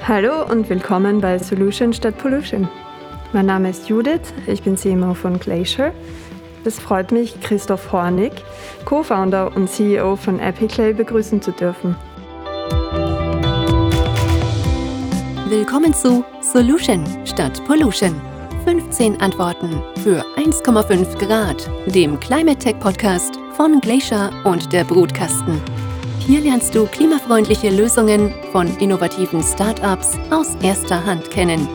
Hallo und willkommen bei Solution statt Pollution. Mein Name ist Judith, ich bin CMO von Glacier. Es freut mich, Christoph Hornig, Co-Founder und CEO von Epiclay, begrüßen zu dürfen. Willkommen zu Solution statt Pollution. 15 Antworten für 1,5 Grad, dem Climate Tech Podcast von Glacier und der Brutkasten. Hier lernst du klimafreundliche Lösungen von innovativen Startups aus erster Hand kennen.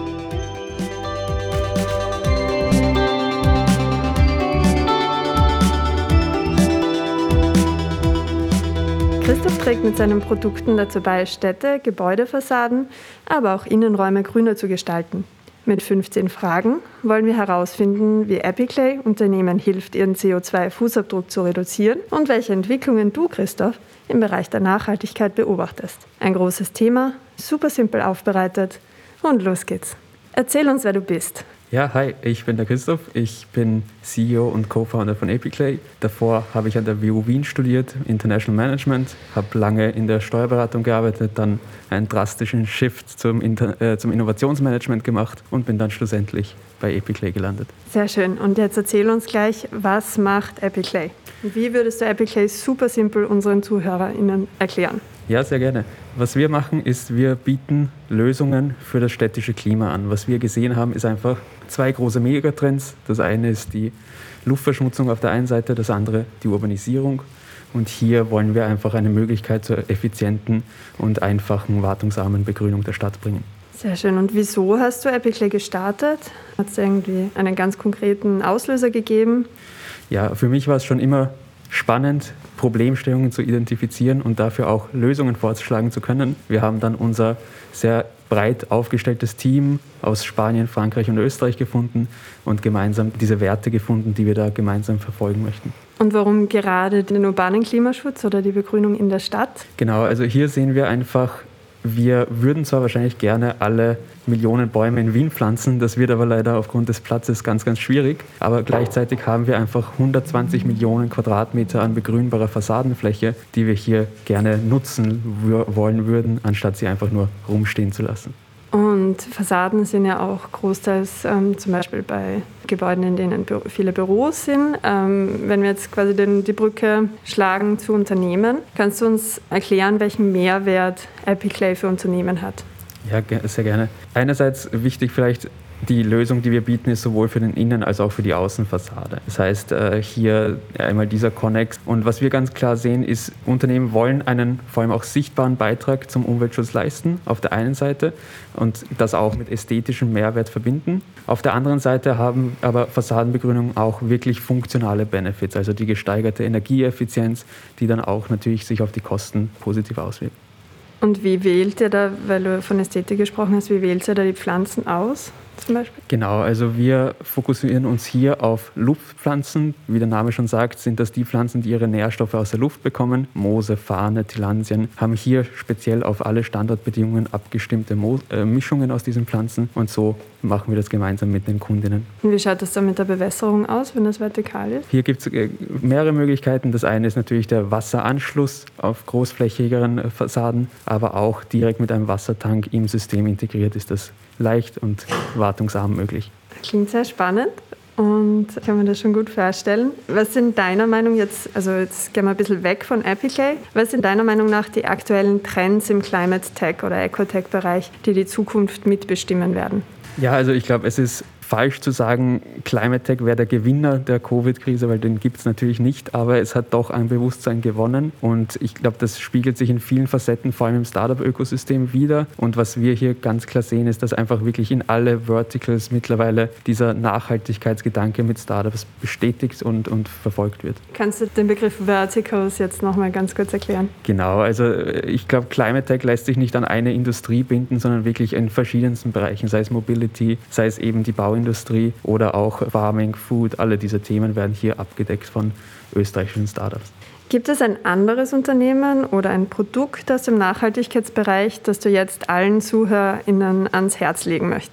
Christoph trägt mit seinen Produkten dazu bei, Städte, Gebäudefassaden, aber auch Innenräume grüner zu gestalten. Mit 15 Fragen wollen wir herausfinden, wie Epiclay Unternehmen hilft, ihren CO2-Fußabdruck zu reduzieren und welche Entwicklungen du, Christoph, im Bereich der Nachhaltigkeit beobachtest. Ein großes Thema, super simpel aufbereitet und los geht's. Erzähl uns, wer du bist. Ja, hi, ich bin der Christoph, ich bin CEO und Co-Founder von Epiclay. Davor habe ich an der WU Wien studiert, International Management, habe lange in der Steuerberatung gearbeitet, dann einen drastischen Shift zum Innovationsmanagement gemacht und bin dann schlussendlich bei Epiclay gelandet. Sehr schön. Und jetzt erzähl uns gleich, was macht Epiclay? Wie würdest du Epiclay super simpel unseren ZuhörerInnen erklären? Ja, sehr gerne. Was wir machen, ist, wir bieten Lösungen für das städtische Klima an. Was wir gesehen haben, ist einfach zwei große Megatrends. Das eine ist die Luftverschmutzung auf der einen Seite, das andere die Urbanisierung. Und hier wollen wir einfach eine Möglichkeit zur effizienten und einfachen, wartungsarmen Begrünung der Stadt bringen. Sehr schön. Und wieso hast du Epiclay gestartet? Hat es irgendwie einen ganz konkreten Auslöser gegeben? Ja, für mich war es schon immer spannend, Problemstellungen zu identifizieren und dafür auch Lösungen vorzuschlagen zu können. Wir haben dann unser sehr breit aufgestelltes Team aus Spanien, Frankreich und Österreich gefunden und gemeinsam diese Werte gefunden, die wir da gemeinsam verfolgen möchten. Und warum gerade den urbanen Klimaschutz oder die Begrünung in der Stadt? Genau, also hier sehen wir einfach, wir würden zwar wahrscheinlich gerne alle Millionen Bäume in Wien pflanzen, das wird aber leider aufgrund des Platzes ganz, ganz schwierig. Aber gleichzeitig haben wir einfach 120 Millionen Quadratmeter an begrünbarer Fassadenfläche, die wir hier gerne nutzen wollen würden, anstatt sie einfach nur rumstehen zu lassen. Und Fassaden sind ja auch großteils zum Beispiel bei Gebäuden, in denen viele Büros sind. Wenn wir jetzt quasi die Brücke schlagen zu Unternehmen, kannst du uns erklären, welchen Mehrwert Epiclay für Unternehmen hat? Ja, sehr gerne. Einerseits wichtig vielleicht, die Lösung, die wir bieten, ist sowohl für den Innen- als auch für die Außenfassade. Das heißt, hier einmal dieser Connex. Und was wir ganz klar sehen, ist, Unternehmen wollen einen vor allem auch sichtbaren Beitrag zum Umweltschutz leisten, auf der einen Seite, und das auch mit ästhetischem Mehrwert verbinden. Auf der anderen Seite haben aber Fassadenbegrünungen auch wirklich funktionale Benefits, also die gesteigerte Energieeffizienz, die dann auch natürlich sich auf die Kosten positiv auswirkt. Und wie wählt ihr da, weil du von Ästhetik gesprochen hast, wie wählt ihr da die Pflanzen aus zum Beispiel? Genau, also wir fokussieren uns hier auf Luftpflanzen. Wie der Name schon sagt, sind das die Pflanzen, die ihre Nährstoffe aus der Luft bekommen. Moose, Farne, Tillandien haben hier speziell auf alle Standortbedingungen abgestimmte Mischungen aus diesen Pflanzen und so machen wir das gemeinsam mit den Kundinnen. Und wie schaut das dann mit der Bewässerung aus, wenn das vertikal ist? Hier gibt es mehrere Möglichkeiten. Das eine ist natürlich der Wasseranschluss auf großflächigeren Fassaden, aber auch direkt mit einem Wassertank im System integriert ist das leicht und wartungsarm möglich. Klingt sehr spannend und ich kann mir das schon gut vorstellen. Was sind deiner Meinung jetzt gehen wir ein bisschen weg von Epiclay, was sind deiner Meinung nach die aktuellen Trends im Climate Tech oder Ecotech-Bereich, die die Zukunft mitbestimmen werden? Ja, also ich glaube, es ist falsch zu sagen, Climate Tech wäre der Gewinner der Covid-Krise, weil den gibt es natürlich nicht, aber es hat doch ein Bewusstsein gewonnen und ich glaube, das spiegelt sich in vielen Facetten, vor allem im Startup-Ökosystem wider. Und was wir hier ganz klar sehen, ist, dass einfach wirklich in alle Verticals mittlerweile dieser Nachhaltigkeitsgedanke mit Startups bestätigt und verfolgt wird. Kannst du den Begriff Verticals jetzt nochmal ganz kurz erklären? Genau, also ich glaube, Climate Tech lässt sich nicht an eine Industrie binden, sondern wirklich in verschiedensten Bereichen, sei es Mobility, sei es eben die Bauindustrie oder auch Farming, Food, alle diese Themen werden hier abgedeckt von österreichischen Startups. Gibt es ein anderes Unternehmen oder ein Produkt aus dem Nachhaltigkeitsbereich, das du jetzt allen ZuhörerInnen ans Herz legen möchtest?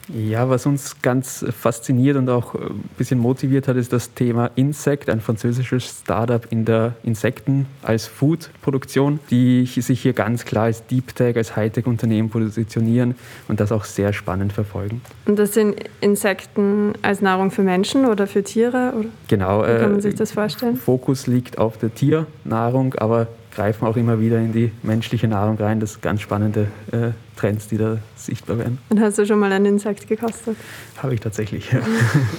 Ja, was uns ganz fasziniert und auch ein bisschen motiviert hat, ist das Thema Insect, ein französisches Startup in der Insekten- als Food-Produktion, die sich hier ganz klar als Deep Tech, als Hightech-Unternehmen positionieren und das auch sehr spannend verfolgen. Und das sind Insekten als Nahrung für Menschen oder für Tiere? Oder? Genau. Wie kann man sich das vorstellen? Fokus liegt auf der Tiernahrung, aber greifen auch immer wieder in die menschliche Nahrung rein. Das sind ganz spannende Trends, die da sichtbar werden. Und hast du schon mal ein Insekt gekostet? Habe ich tatsächlich, ja.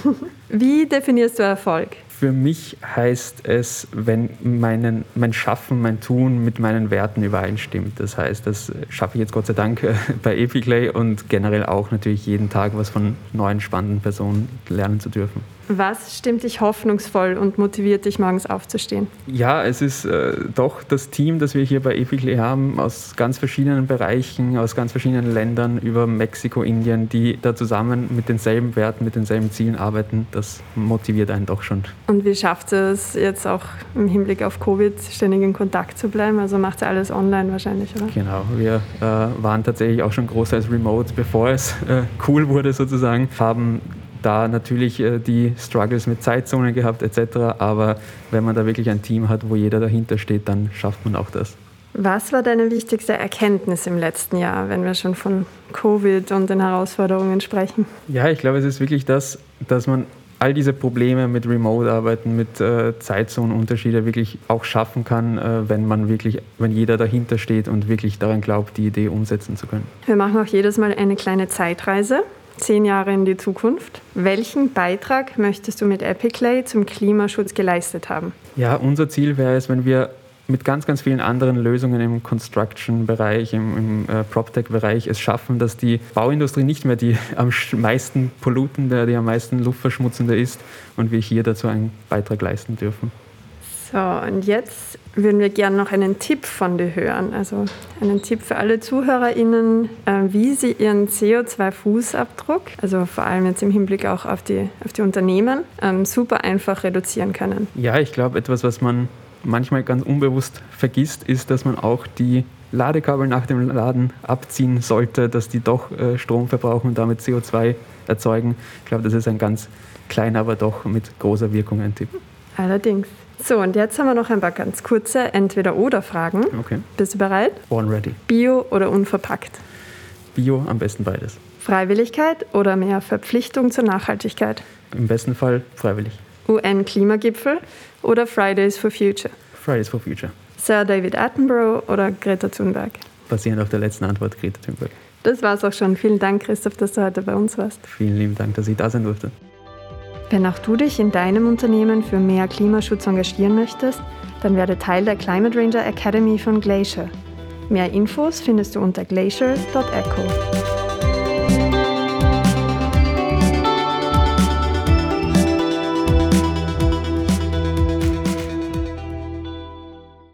Wie definierst du Erfolg? Für mich heißt es, wenn mein Schaffen, mein Tun mit meinen Werten übereinstimmt. Das heißt, das schaffe ich jetzt Gott sei Dank bei Epiclay und generell auch natürlich jeden Tag was von neuen spannenden Personen lernen zu dürfen. Was stimmt dich hoffnungsvoll und motiviert dich, morgens aufzustehen? Ja, es ist doch das Team, das wir hier bei Epiclay haben, aus ganz verschiedenen Bereichen, aus ganz verschiedenen Ländern, über Mexiko, Indien, die da zusammen mit denselben Werten, mit denselben Zielen arbeiten. Das motiviert einen doch schon. Und wie schafft es jetzt auch im Hinblick auf Covid, ständig in Kontakt zu bleiben? Also macht ihr alles online wahrscheinlich, oder? Genau, wir waren tatsächlich auch schon großteils remote, bevor es cool wurde sozusagen, haben da natürlich die Struggles mit Zeitzonen gehabt etc., aber wenn man da wirklich ein Team hat, wo jeder dahinter steht, dann schafft man auch das. Was war deine wichtigste Erkenntnis im letzten Jahr, wenn wir schon von Covid und den Herausforderungen sprechen? Ja, ich glaube, es ist wirklich das, dass man all diese Probleme mit Remote-Arbeiten, mit Zeitzonenunterschiede wirklich auch schaffen kann, wenn jeder dahinter steht und wirklich daran glaubt, die Idee umsetzen zu können. Wir machen auch jedes Mal eine kleine Zeitreise. 10 Jahre in die Zukunft. Welchen Beitrag möchtest du mit Epiclay zum Klimaschutz geleistet haben? Ja, unser Ziel wäre es, wenn wir mit ganz, ganz vielen anderen Lösungen im Construction-Bereich, im PropTech-Bereich es schaffen, dass die Bauindustrie nicht mehr die am meisten pollutende, die am meisten luftverschmutzende ist und wir hier dazu einen Beitrag leisten dürfen. So, und jetzt würden wir gerne noch einen Tipp von dir hören. Also einen Tipp für alle ZuhörerInnen, wie sie ihren CO2-Fußabdruck, also vor allem jetzt im Hinblick auch auf die Unternehmen, super einfach reduzieren können. Ja, ich glaube, etwas, was man manchmal ganz unbewusst vergisst, ist, dass man auch die Ladekabel nach dem Laden abziehen sollte, dass die doch Strom verbrauchen und damit CO2 erzeugen. Ich glaube, das ist ein ganz kleiner, aber doch mit großer Wirkung ein Tipp. Allerdings. So, und jetzt haben wir noch ein paar ganz kurze Entweder-Oder-Fragen. Okay. Bist du bereit? Born ready. Bio oder unverpackt? Bio, am besten beides. Freiwilligkeit oder mehr Verpflichtung zur Nachhaltigkeit? Im besten Fall freiwillig. UN-Klimagipfel oder Fridays for Future? Fridays for Future. Sir David Attenborough oder Greta Thunberg? Basierend auf der letzten Antwort, Greta Thunberg. Das war's auch schon. Vielen Dank, Christoph, dass du heute bei uns warst. Vielen lieben Dank, dass ich da sein durfte. Wenn auch du dich in deinem Unternehmen für mehr Klimaschutz engagieren möchtest, dann werde Teil der Climate Ranger Academy von Glacier. Mehr Infos findest du unter glacier.eco.